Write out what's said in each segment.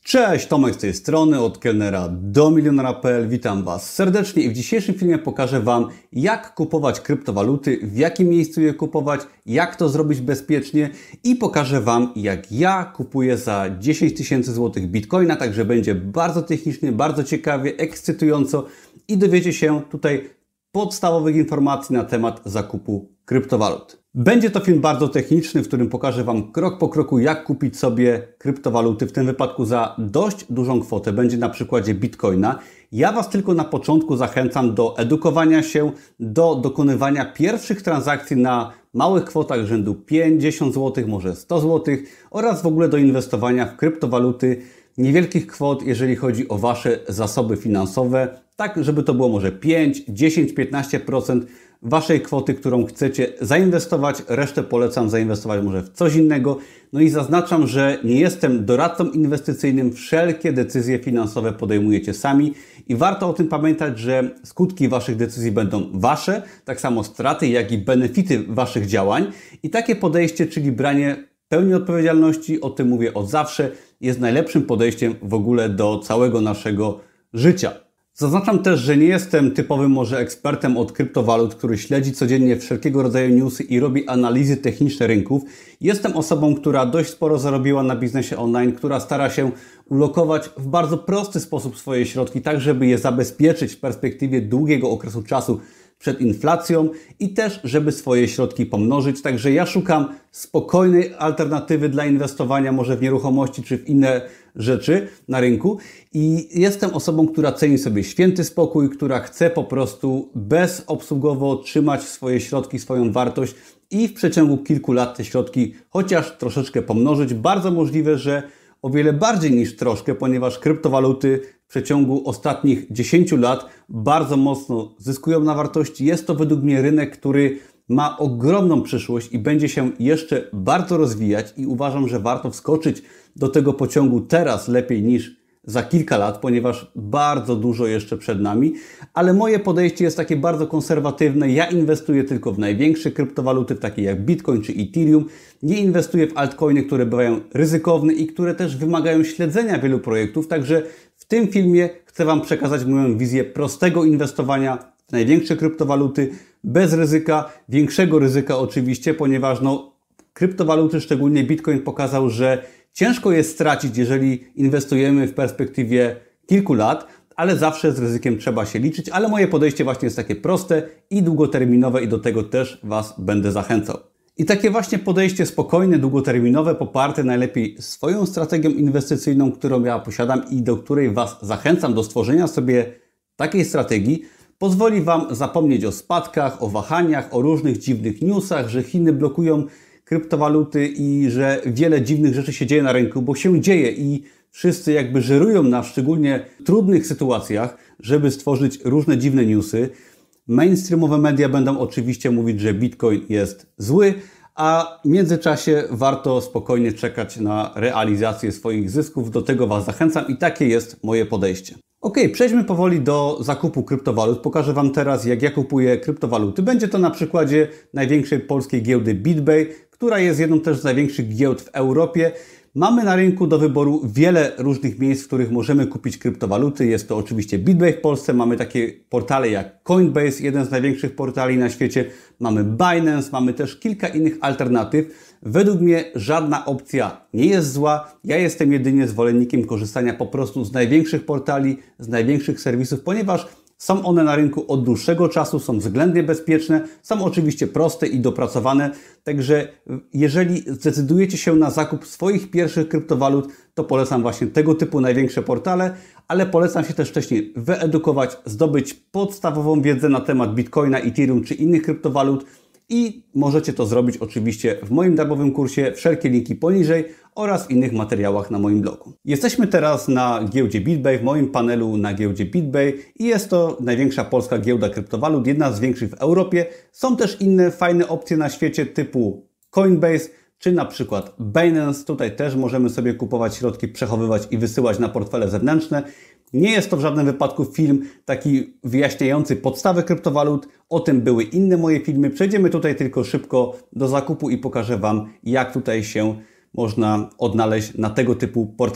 Cześć, Tomek z tej strony, od kelnera do milionera.pl. Witam Was serdecznie i w dzisiejszym filmie pokażę Wam, jak kupować kryptowaluty, w jakim miejscu je kupować, jak to zrobić bezpiecznie i pokażę Wam, jak ja kupuję za 10 tysięcy złotych bitcoina, także będzie bardzo technicznie, bardzo ciekawie, ekscytująco i dowiecie się tutaj podstawowych informacji na temat zakupu kryptowalut. Będzie to film bardzo techniczny, w którym pokażę Wam krok po kroku, jak kupić sobie kryptowaluty, w tym wypadku za dość dużą kwotę. Będzie na przykładzie bitcoina. Ja Was tylko na początku zachęcam do edukowania się, do dokonywania pierwszych transakcji na małych kwotach rzędu 50 zł, może 100 zł oraz w ogóle do inwestowania w kryptowaluty niewielkich kwot, jeżeli chodzi o Wasze zasoby finansowe, tak żeby to było może 5, 10, 15% Waszej kwoty, którą chcecie zainwestować. Resztę polecam zainwestować może w coś innego. No i zaznaczam, że nie jestem doradcą inwestycyjnym. Wszelkie decyzje finansowe podejmujecie sami i warto o tym pamiętać, że skutki Waszych decyzji będą Wasze, tak samo straty, jak i benefity Waszych działań. I takie podejście, czyli branie pełni odpowiedzialności, o tym mówię od zawsze, jest najlepszym podejściem w ogóle do całego naszego życia. Zaznaczam też, że nie jestem typowym może ekspertem od kryptowalut, który śledzi codziennie wszelkiego rodzaju newsy i robi analizy techniczne rynków. Jestem osobą, która dość sporo zarobiła na biznesie online, która stara się ulokować w bardzo prosty sposób swoje środki, tak żeby je zabezpieczyć w perspektywie długiego okresu czasu przed inflacją i też, żeby swoje środki pomnożyć. Także ja szukam spokojnej alternatywy dla inwestowania może w nieruchomości czy w inne rzeczy na rynku i jestem osobą, która ceni sobie święty spokój, która chce po prostu bezobsługowo trzymać swoje środki, swoją wartość i w przeciągu kilku lat te środki chociaż troszeczkę pomnożyć. Bardzo możliwe, że o wiele bardziej niż troszkę, ponieważ kryptowaluty w przeciągu ostatnich 10 lat bardzo mocno zyskują na wartości. Jest to według mnie rynek, który ma ogromną przyszłość i będzie się jeszcze bardzo rozwijać i uważam, że warto wskoczyć do tego pociągu teraz lepiej niż za kilka lat, ponieważ bardzo dużo jeszcze przed nami, ale moje podejście jest takie bardzo konserwatywne. Ja inwestuję tylko w największe kryptowaluty, takie jak Bitcoin czy Ethereum. Nie inwestuję w altcoiny, które bywają ryzykowne i które też wymagają śledzenia wielu projektów, także w tym filmie chcę Wam przekazać moją wizję prostego inwestowania w największe kryptowaluty, bez ryzyka, większego ryzyka oczywiście, ponieważ kryptowaluty, szczególnie Bitcoin, pokazał, że ciężko jest stracić, jeżeli inwestujemy w perspektywie kilku lat, ale zawsze z ryzykiem trzeba się liczyć, ale moje podejście właśnie jest takie proste i długoterminowe i do tego też Was będę zachęcał. I takie właśnie podejście spokojne, długoterminowe, poparte najlepiej swoją strategią inwestycyjną, którą ja posiadam i do której Was zachęcam do stworzenia sobie takiej strategii, pozwoli Wam zapomnieć o spadkach, o wahaniach, o różnych dziwnych newsach, że Chiny blokują kryptowaluty i że wiele dziwnych rzeczy się dzieje na rynku, bo się dzieje i wszyscy jakby żerują na szczególnie trudnych sytuacjach, żeby stworzyć różne dziwne newsy. Mainstreamowe media będą oczywiście mówić, że Bitcoin jest zły, a w międzyczasie warto spokojnie czekać na realizację swoich zysków. Do tego Was zachęcam i takie jest moje podejście. Ok, przejdźmy powoli do zakupu kryptowalut. Pokażę Wam teraz, jak ja kupuję kryptowaluty. Będzie to na przykładzie największej polskiej giełdy BitBay, która jest jedną też z największych giełd w Europie. Mamy na rynku do wyboru wiele różnych miejsc, w których możemy kupić kryptowaluty. Jest to oczywiście BitBay w Polsce. Mamy takie portale jak Coinbase, jeden z największych portali na świecie. Mamy Binance, mamy też kilka innych alternatyw. Według mnie żadna opcja nie jest zła. Ja jestem jedynie zwolennikiem korzystania po prostu z największych portali, z największych serwisów, ponieważ są one na rynku od dłuższego czasu, są względnie bezpieczne, są oczywiście proste i dopracowane, także jeżeli zdecydujecie się na zakup swoich pierwszych kryptowalut, to polecam właśnie tego typu największe portale, ale polecam się też wcześniej wyedukować, zdobyć podstawową wiedzę na temat Bitcoina, Ethereum czy innych kryptowalut i możecie to zrobić oczywiście w moim darmowym kursie, wszelkie linki poniżej oraz w innych materiałach na moim blogu. Jesteśmy teraz na giełdzie BitBay, w moim panelu na giełdzie BitBay i jest to największa polska giełda kryptowalut, jedna z większych w Europie. Są też inne fajne opcje na świecie typu Coinbase czy na przykład Binance. Tutaj też możemy sobie kupować środki, przechowywać i wysyłać na portfele zewnętrzne. Nie jest to w żadnym wypadku film taki wyjaśniający podstawy kryptowalut. O tym były inne moje filmy. Przejdziemy tutaj tylko szybko do zakupu i pokażę Wam, jak tutaj się można odnaleźć na tego typu portalach.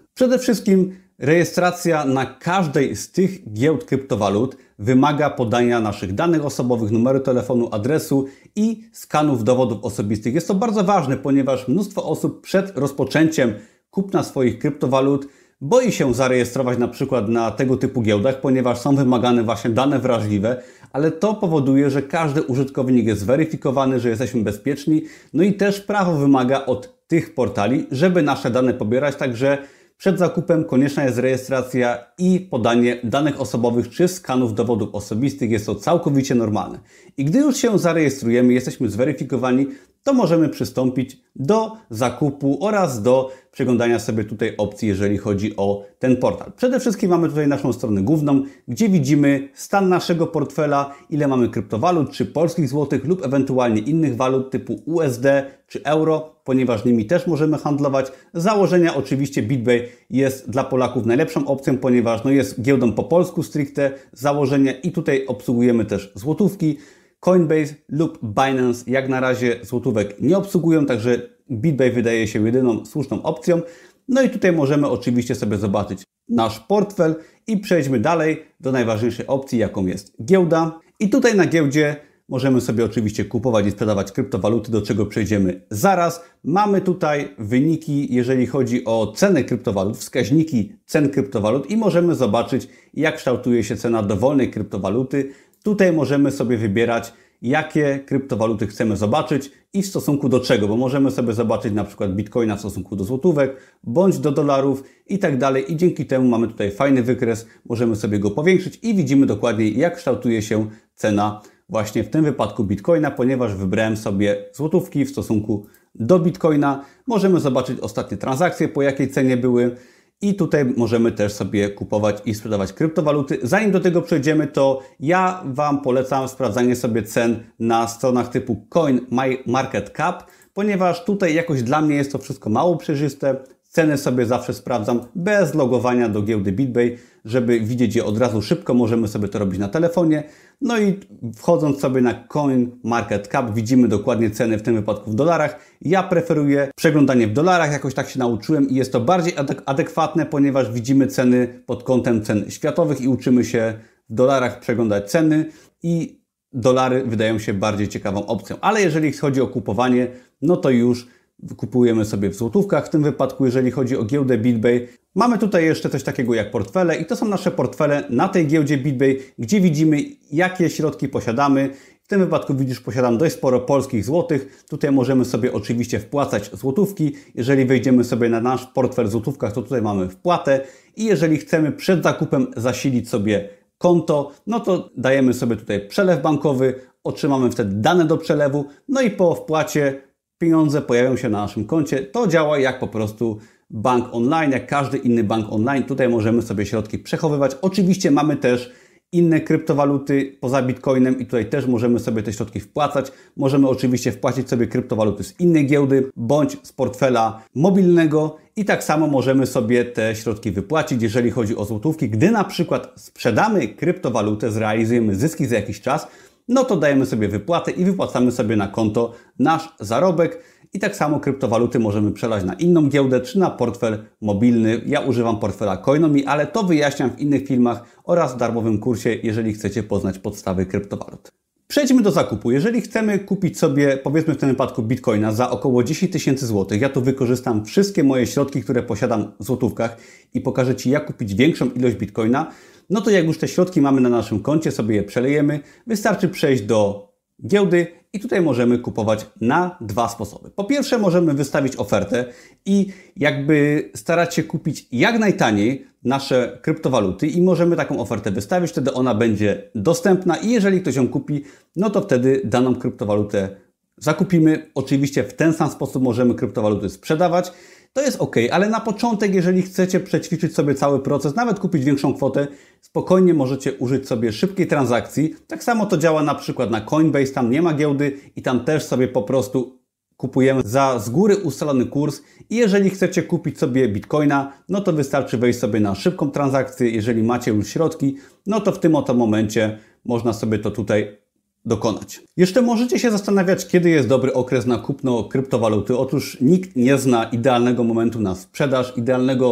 Przede wszystkim rejestracja na każdej z tych giełd kryptowalut wymaga podania naszych danych osobowych, numeru telefonu, adresu i skanów dowodów osobistych. Jest to bardzo ważne, ponieważ mnóstwo osób przed rozpoczęciem kupna swoich kryptowalut boi się zarejestrować na przykład na tego typu giełdach, ponieważ są wymagane właśnie dane wrażliwe, ale to powoduje, że każdy użytkownik jest zweryfikowany, że jesteśmy bezpieczni, no i też prawo wymaga od tych portali, żeby nasze dane pobierać, także przed zakupem konieczna jest rejestracja i podanie danych osobowych czy skanów dowodów osobistych. Jest to całkowicie normalne. I gdy już się zarejestrujemy, jesteśmy zweryfikowani, to możemy przystąpić do zakupu oraz do przeglądania sobie tutaj opcji, jeżeli chodzi o ten portal. Przede wszystkim mamy tutaj naszą stronę główną, gdzie widzimy stan naszego portfela, ile mamy kryptowalut, czy polskich złotych lub ewentualnie innych walut typu USD czy euro, ponieważ nimi też możemy handlować. Z założenia oczywiście BitBay jest dla Polaków najlepszą opcją, ponieważ jest giełdą po polsku stricte z założenia i tutaj obsługujemy też złotówki. Coinbase lub Binance jak na razie złotówek nie obsługują, także BitBay wydaje się jedyną słuszną opcją. No i tutaj możemy oczywiście sobie zobaczyć nasz portfel i przejdźmy dalej do najważniejszej opcji, jaką jest giełda. I tutaj na giełdzie możemy sobie oczywiście kupować i sprzedawać kryptowaluty, do czego przejdziemy zaraz. Mamy tutaj wyniki, jeżeli chodzi o ceny kryptowalut, wskaźniki cen kryptowalut i możemy zobaczyć, jak kształtuje się cena dowolnej kryptowaluty. Tutaj możemy sobie wybierać, jakie kryptowaluty chcemy zobaczyć i w stosunku do czego, bo możemy sobie zobaczyć na przykład Bitcoina w stosunku do złotówek, bądź do dolarów i tak dalej. I dzięki temu mamy tutaj fajny wykres, możemy sobie go powiększyć i widzimy dokładnie, jak kształtuje się cena właśnie w tym wypadku Bitcoina, ponieważ wybrałem sobie złotówki w stosunku do Bitcoina. Możemy zobaczyć ostatnie transakcje, po jakiej cenie były. I tutaj możemy też sobie kupować i sprzedawać kryptowaluty. Zanim do tego przejdziemy, to ja Wam polecam sprawdzanie sobie cen na stronach typu CoinMarketCap, ponieważ tutaj jakoś dla mnie jest to wszystko mało przejrzyste. Ceny sobie zawsze sprawdzam bez logowania do giełdy BitBay, żeby widzieć je od razu szybko. Możemy sobie to robić na telefonie. No i wchodząc sobie na CoinMarketCap widzimy dokładnie ceny, w tym wypadku w dolarach. Ja preferuję przeglądanie w dolarach, jakoś tak się nauczyłem i jest to bardziej adekwatne, ponieważ widzimy ceny pod kątem cen światowych i uczymy się w dolarach przeglądać ceny i dolary wydają się bardziej ciekawą opcją. Ale jeżeli chodzi o kupowanie, no to już kupujemy sobie w złotówkach. W tym wypadku, jeżeli chodzi o giełdę BitBay, mamy tutaj jeszcze coś takiego jak portfele i to są nasze portfele na tej giełdzie BitBay, gdzie widzimy, jakie środki posiadamy. W tym wypadku widzisz, posiadam dość sporo polskich złotych. Tutaj możemy sobie oczywiście wpłacać złotówki. Jeżeli wejdziemy sobie na nasz portfel w złotówkach, to tutaj mamy wpłatę i jeżeli chcemy przed zakupem zasilić sobie konto, no to dajemy sobie tutaj przelew bankowy, otrzymamy wtedy dane do przelewu, no i po wpłacie pieniądze pojawią się na naszym koncie. To działa jak po prostu bank online, jak każdy inny bank online. Tutaj możemy sobie środki przechowywać. Oczywiście mamy też inne kryptowaluty poza Bitcoinem i tutaj też możemy sobie te środki wpłacać. Możemy oczywiście wpłacić sobie kryptowaluty z innej giełdy bądź z portfela mobilnego i tak samo możemy sobie te środki wypłacić, jeżeli chodzi o złotówki. Gdy na przykład sprzedamy kryptowalutę, zrealizujemy zyski za jakiś czas, no to dajemy sobie wypłatę i wypłacamy sobie na konto nasz zarobek. I tak samo kryptowaluty możemy przelać na inną giełdę czy na portfel mobilny. Ja używam portfela Coinomi, ale to wyjaśniam w innych filmach oraz w darmowym kursie, jeżeli chcecie poznać podstawy kryptowalut. Przejdźmy do zakupu. Jeżeli chcemy kupić sobie, powiedzmy w tym wypadku Bitcoina za około 10 tysięcy złotych, ja tu wykorzystam wszystkie moje środki, które posiadam w złotówkach i pokażę Ci, jak kupić większą ilość Bitcoina, no to jak już te środki mamy na naszym koncie, sobie je przelejemy, wystarczy przejść do giełdy i tutaj możemy kupować na dwa sposoby. Po pierwsze możemy wystawić ofertę i jakby starać się kupić jak najtaniej nasze kryptowaluty i możemy taką ofertę wystawić, wtedy ona będzie dostępna i jeżeli ktoś ją kupi, no to wtedy daną kryptowalutę zakupimy. Oczywiście w ten sam sposób możemy kryptowaluty sprzedawać. To jest ok, ale na początek, jeżeli chcecie przećwiczyć sobie cały proces, nawet kupić większą kwotę, spokojnie możecie użyć sobie szybkiej transakcji. Tak samo to działa na przykład na Coinbase, tam nie ma giełdy i tam też sobie po prostu kupujemy za z góry ustalony kurs i jeżeli chcecie kupić sobie Bitcoina, no to wystarczy wejść sobie na szybką transakcję. Jeżeli macie już środki, no to w tym oto momencie można sobie to tutaj dokonać. Jeszcze możecie się zastanawiać, kiedy jest dobry okres na kupno kryptowaluty. Otóż nikt nie zna idealnego momentu na sprzedaż, idealnego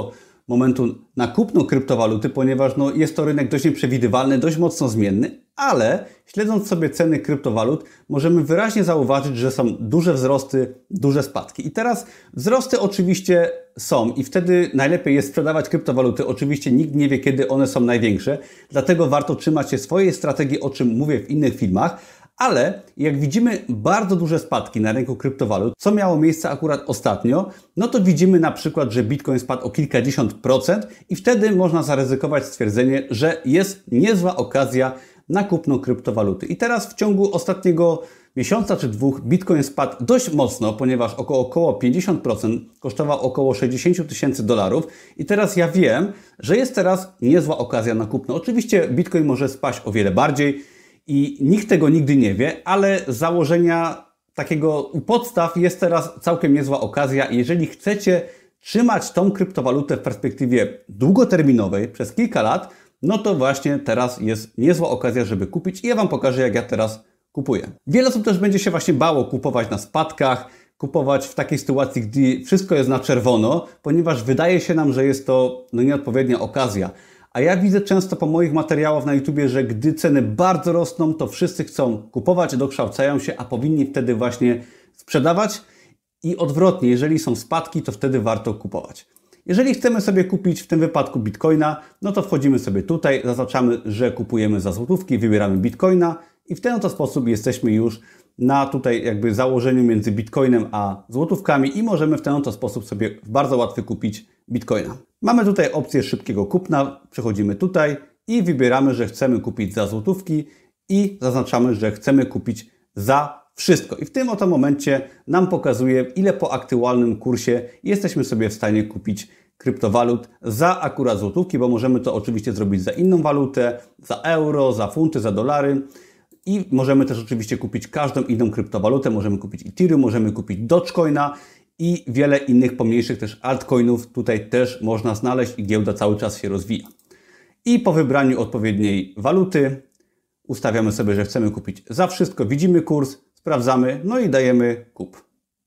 momentu na kupno kryptowaluty, ponieważ jest to rynek dość nieprzewidywalny, dość mocno zmienny, ale śledząc sobie ceny kryptowalut, możemy wyraźnie zauważyć, że są duże wzrosty, duże spadki. I teraz wzrosty oczywiście są i wtedy najlepiej jest sprzedawać kryptowaluty. Oczywiście nikt nie wie, kiedy one są największe, dlatego warto trzymać się swojej strategii, o czym mówię w innych filmach. Ale jak widzimy bardzo duże spadki na rynku kryptowalut, co miało miejsce akurat ostatnio, to widzimy na przykład, że Bitcoin spadł o kilkadziesiąt procent i wtedy można zaryzykować stwierdzenie, że jest niezła okazja na kupno kryptowaluty. I teraz w ciągu ostatniego miesiąca czy dwóch Bitcoin spadł dość mocno, ponieważ około 50% kosztował około $60,000 i teraz ja wiem, że jest teraz niezła okazja na kupno. Oczywiście Bitcoin może spaść o wiele bardziej, i nikt tego nigdy nie wie, ale z założenia takiego u podstaw jest teraz całkiem niezła okazja. Jeżeli chcecie trzymać tą kryptowalutę w perspektywie długoterminowej przez kilka lat, to właśnie teraz jest niezła okazja, żeby kupić i ja Wam pokażę, jak ja teraz kupuję. Wiele osób też będzie się właśnie bało kupować na spadkach, kupować w takiej sytuacji, gdy wszystko jest na czerwono, ponieważ wydaje się nam, że jest to nieodpowiednia okazja. A ja widzę często po moich materiałach na YouTubie, że gdy ceny bardzo rosną, to wszyscy chcą kupować, dokształcają się, a powinni wtedy właśnie sprzedawać. I odwrotnie, jeżeli są spadki, to wtedy warto kupować. Jeżeli chcemy sobie kupić w tym wypadku Bitcoina, to wchodzimy sobie tutaj, zaznaczamy, że kupujemy za złotówki, wybieramy Bitcoina i w ten oto sposób jesteśmy już na tutaj jakby założeniu między Bitcoinem a złotówkami i możemy w ten oto sposób sobie bardzo łatwo kupić Bitcoina. Mamy tutaj opcję szybkiego kupna, przechodzimy tutaj i wybieramy, że chcemy kupić za złotówki i zaznaczamy, że chcemy kupić za wszystko. I w tym oto momencie nam pokazuje, ile po aktualnym kursie jesteśmy sobie w stanie kupić kryptowalut za akurat złotówki, bo możemy to oczywiście zrobić za inną walutę, za euro, za funty, za dolary. I możemy też oczywiście kupić każdą inną kryptowalutę, możemy kupić Ethereum, możemy kupić Dogecoina i wiele innych pomniejszych też altcoinów tutaj też można znaleźć i giełda cały czas się rozwija. I po wybraniu odpowiedniej waluty ustawiamy sobie, że chcemy kupić za wszystko, widzimy kurs, sprawdzamy, i dajemy kup.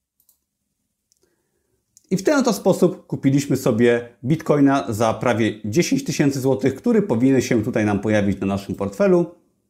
I w ten oto sposób kupiliśmy sobie Bitcoina za prawie 10 000 złotych, który powinien się tutaj nam pojawić na naszym portfelu.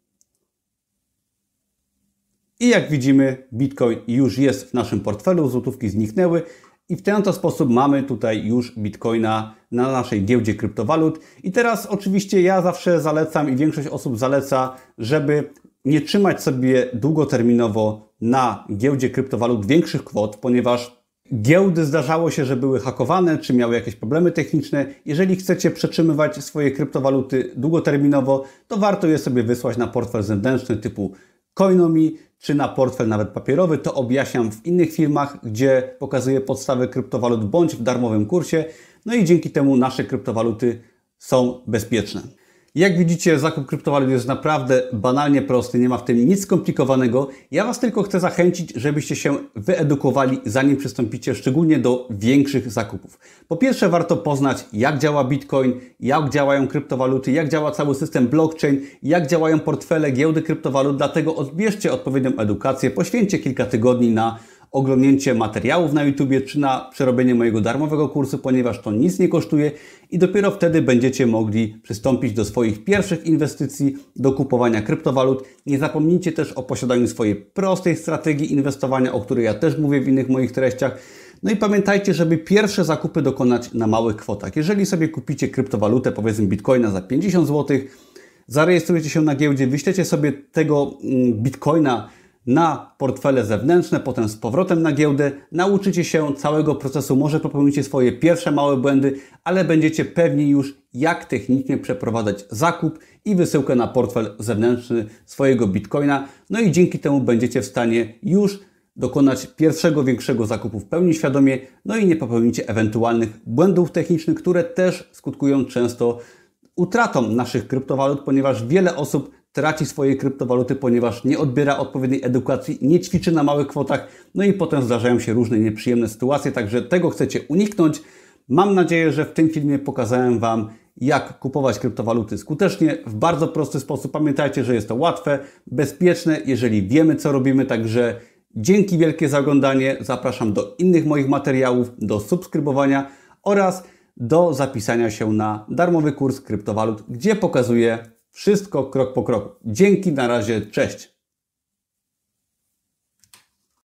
I jak widzimy, Bitcoin już jest w naszym portfelu, złotówki zniknęły i w ten oto sposób mamy tutaj już Bitcoina na naszej giełdzie kryptowalut. I teraz oczywiście ja zawsze zalecam i większość osób zaleca, żeby nie trzymać sobie długoterminowo na giełdzie kryptowalut większych kwot, ponieważ giełdy zdarzało się, że były hakowane, czy miały jakieś problemy techniczne. Jeżeli chcecie przetrzymywać swoje kryptowaluty długoterminowo, to warto je sobie wysłać na portfel zewnętrzny typu Coinomi, czy na portfel nawet papierowy. To objaśniam w innych filmach, gdzie pokazuję podstawy kryptowalut bądź w darmowym kursie. I dzięki temu nasze kryptowaluty są bezpieczne. Jak widzicie, zakup kryptowalut jest naprawdę banalnie prosty, nie ma w tym nic skomplikowanego. Ja Was tylko chcę zachęcić, żebyście się wyedukowali, zanim przystąpicie szczególnie do większych zakupów. Po pierwsze, warto poznać, jak działa Bitcoin, jak działają kryptowaluty, jak działa cały system blockchain, jak działają portfele giełdy kryptowalut, dlatego odbierzcie odpowiednią edukację, poświęćcie kilka tygodni na oglądnięcie materiałów na YouTubie czy na przerobienie mojego darmowego kursu, ponieważ to nic nie kosztuje i dopiero wtedy będziecie mogli przystąpić do swoich pierwszych inwestycji, do kupowania kryptowalut. Nie zapomnijcie też o posiadaniu swojej prostej strategii inwestowania, o której ja też mówię w innych moich treściach. I pamiętajcie, żeby pierwsze zakupy dokonać na małych kwotach. Jeżeli sobie kupicie kryptowalutę, powiedzmy Bitcoina za 50 zł, zarejestrujecie się na giełdzie, wyślecie sobie tego Bitcoina na portfele zewnętrzne, potem z powrotem na giełdę, nauczycie się całego procesu, może popełnicie swoje pierwsze małe błędy, ale będziecie pewni już, jak technicznie przeprowadzać zakup i wysyłkę na portfel zewnętrzny swojego Bitcoina. I dzięki temu będziecie w stanie już dokonać pierwszego większego zakupu w pełni świadomie, i nie popełnicie ewentualnych błędów technicznych, które też skutkują często utratą naszych kryptowalut, ponieważ wiele osób traci swoje kryptowaluty, ponieważ nie odbiera odpowiedniej edukacji, nie ćwiczy na małych kwotach, i potem zdarzają się różne nieprzyjemne sytuacje, także tego chcecie uniknąć. Mam nadzieję, że w tym filmie pokazałem Wam, jak kupować kryptowaluty skutecznie, w bardzo prosty sposób. Pamiętajcie, że jest to łatwe, bezpieczne, jeżeli wiemy, co robimy, także dzięki wielkie za oglądanie. Zapraszam do innych moich materiałów, do subskrybowania oraz do zapisania się na darmowy kurs kryptowalut, gdzie pokazuję wszystko krok po kroku. Dzięki, na razie, cześć!